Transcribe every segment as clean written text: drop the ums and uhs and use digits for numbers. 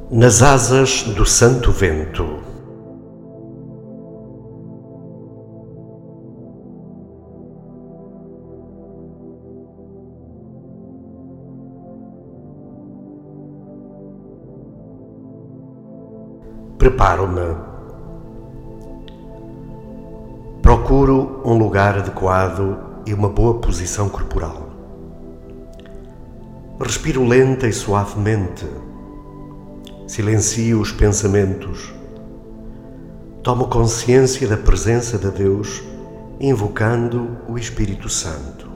Nas asas do santo vento. Preparo-me. Procuro um lugar adequado e uma boa posição corporal. Respiro lenta e suavemente. Silencio os pensamentos. Tomo consciência da presença de Deus, invocando o Espírito Santo.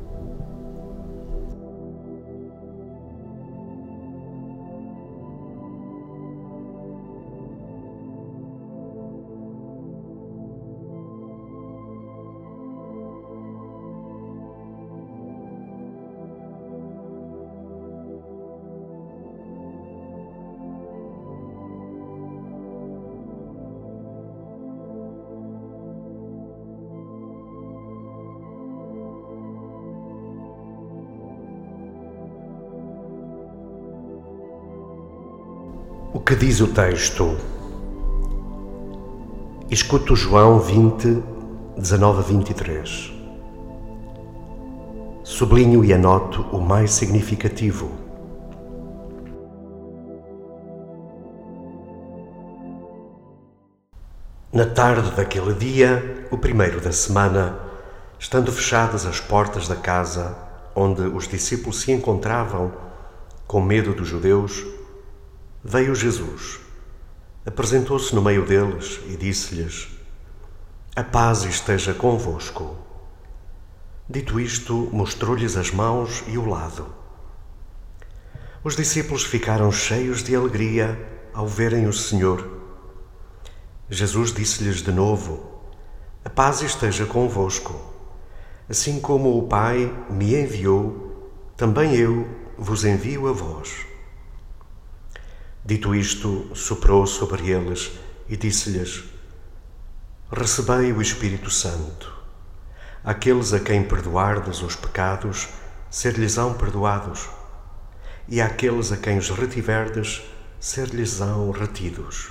O que diz o texto? Escuto João 20, 19 a 23. Sublinho e anoto o mais significativo. Na tarde daquele dia, o primeiro da semana, estando fechadas as portas da casa onde os discípulos se encontravam, com medo dos judeus, veio Jesus, apresentou-se no meio deles e disse-lhes: "A paz esteja convosco." Dito isto, mostrou-lhes as mãos e o lado. Os discípulos ficaram cheios de alegria ao verem o Senhor. Jesus disse-lhes de novo: "A paz esteja convosco. Assim como o Pai me enviou, também eu vos envio a vós." Dito isto, soprou sobre eles e disse-lhes: "Recebei o Espírito Santo. Àqueles a quem perdoardes os pecados, ser-lhes-ão perdoados, e àqueles a quem os retiverdes, ser-lhes-ão retidos."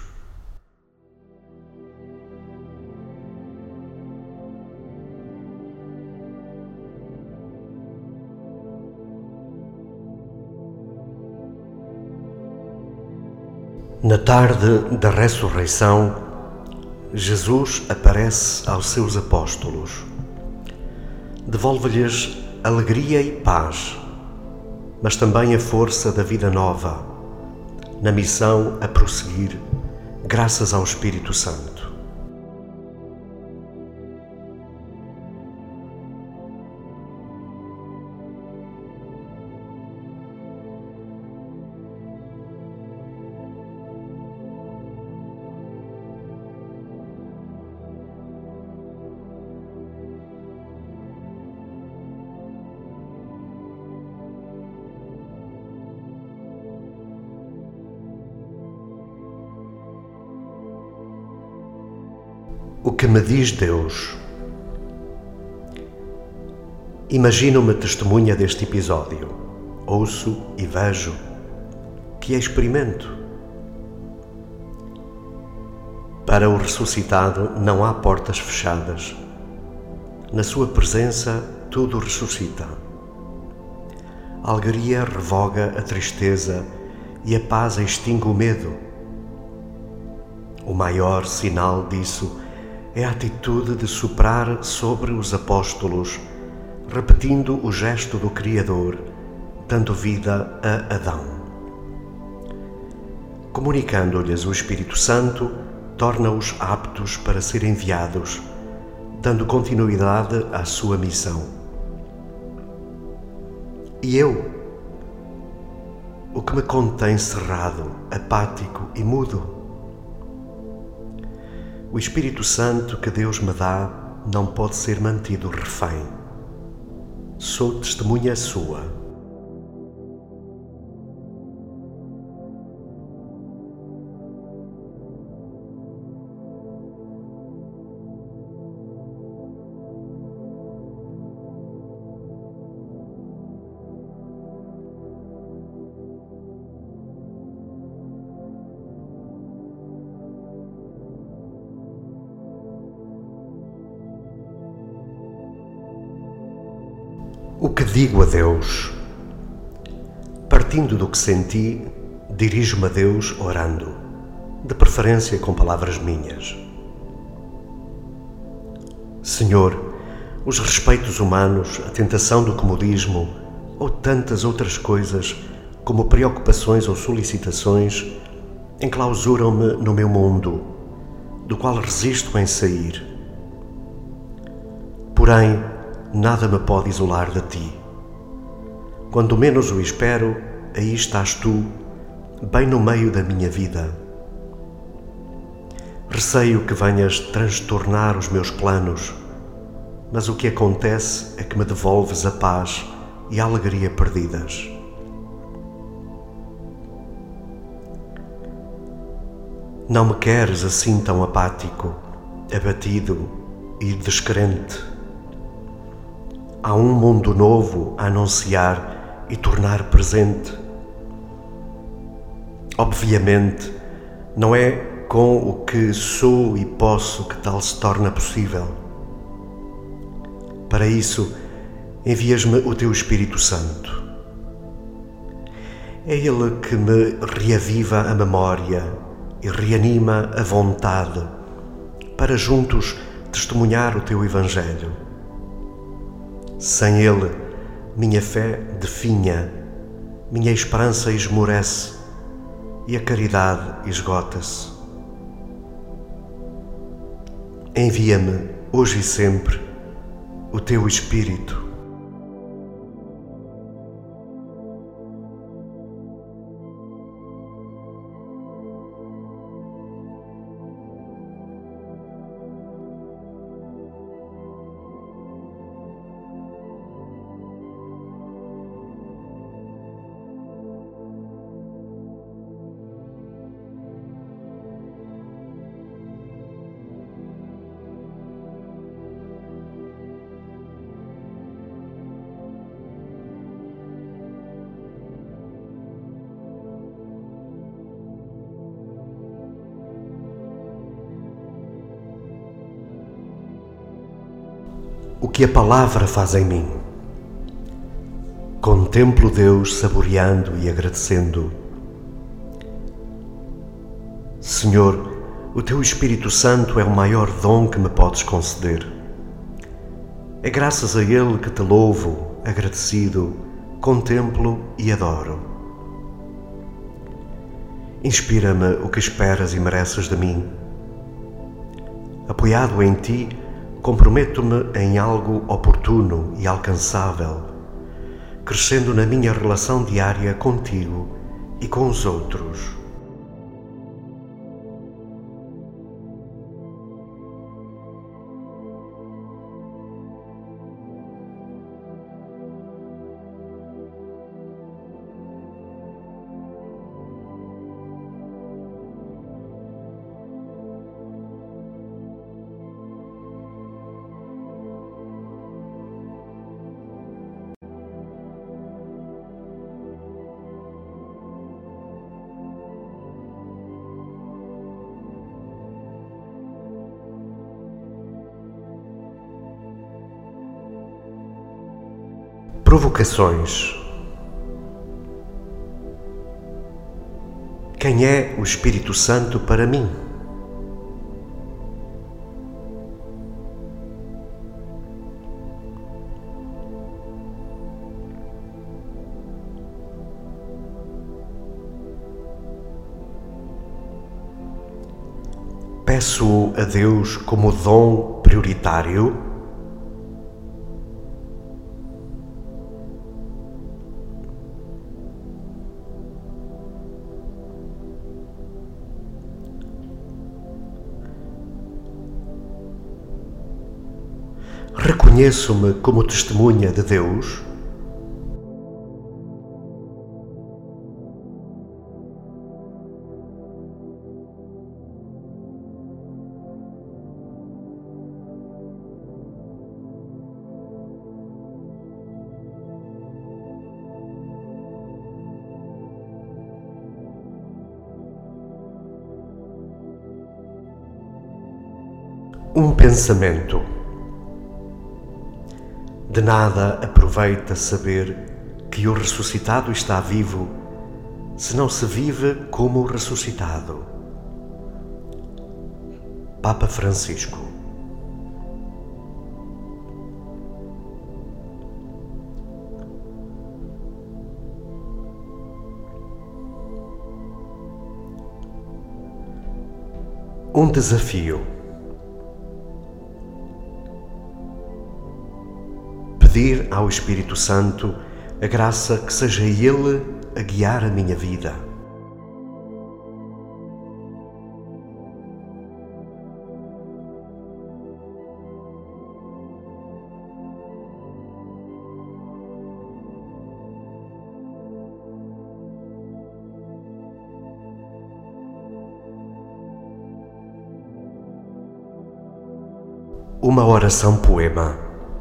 Na tarde da ressurreição, Jesus aparece aos seus apóstolos. Devolve-lhes alegria e paz, mas também a força da vida nova, na missão a prosseguir, graças ao Espírito Santo. O que me diz Deus? Imagino-me testemunha deste episódio. Ouço e vejo, que experimento. Para o ressuscitado não há portas fechadas. Na sua presença tudo ressuscita. A alegria revoga a tristeza e a paz extingue o medo. O maior sinal disso é a atitude de soprar sobre os apóstolos, repetindo o gesto do Criador, dando vida a Adão. Comunicando-lhes o Espírito Santo, torna-os aptos para serem enviados, dando continuidade à sua missão. E eu? O que me contém cerrado, apático e mudo? O Espírito Santo que Deus me dá não pode ser mantido refém. Sou testemunha sua. O que digo a Deus? Partindo do que senti, dirijo-me a Deus orando, de preferência com palavras minhas. Senhor, os respeitos humanos, a tentação do comodismo ou tantas outras coisas, como preocupações ou solicitações, enclausuram-me no meu mundo, do qual resisto em sair. Porém, nada me pode isolar de ti. Quando menos o espero, aí estás tu, bem no meio da minha vida. Receio que venhas transtornar os meus planos, mas o que acontece é que me devolves a paz e a alegria perdidas. Não me queres assim tão apático, abatido e descrente. Há um mundo novo a anunciar e tornar presente. Obviamente, não é com o que sou e posso que tal se torna possível. Para isso, envias-me o teu Espírito Santo. É ele que me reaviva a memória e reanima a vontade para juntos testemunhar o teu Evangelho. Sem ele, minha fé definha, minha esperança esmorece e a caridade esgota-se. Envia-me, hoje e sempre, o teu Espírito. O que a palavra faz em mim. Contemplo Deus saboreando e agradecendo. Senhor, o teu Espírito Santo é o maior dom que me podes conceder. É graças a ele que te louvo, agradecido, contemplo e adoro. Inspira-me o que esperas e mereces de mim. Apoiado em ti, comprometo-me em algo oportuno e alcançável, crescendo na minha relação diária contigo e com os outros. Provocações. Quem é o Espírito Santo para mim? Peço a Deus como dom prioritário. Reconheço-me como testemunha de Deus. Um pensamento. De nada aproveita saber que o ressuscitado está vivo se não se vive como o ressuscitado. Papa Francisco. Um desafio. Pedir ao Espírito Santo a graça que seja Ele a guiar a minha vida. Uma oração poema.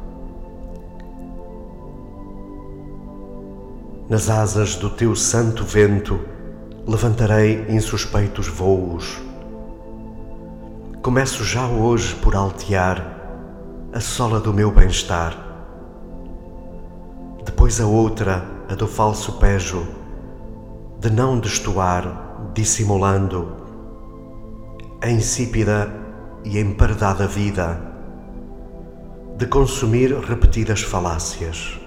Nas asas do teu santo vento levantarei insuspeitos voos. Começo já hoje por altear a sola do meu bem-estar. Depois a outra, a do falso pejo, de não destoar, dissimulando a insípida e emparedada vida, de consumir repetidas falácias.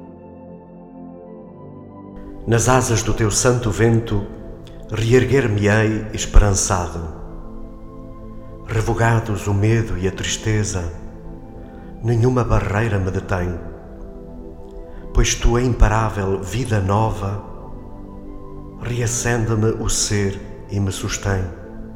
Nas asas do teu santo vento reerguer-me-ei esperançado. Revogados o medo e a tristeza, nenhuma barreira me detém, pois tu, a imparável vida nova, reacende-me o ser e me sustém.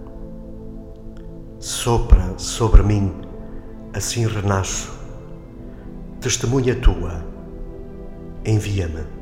Sopra sobre mim, assim renasço. Testemunha tua, envia-me.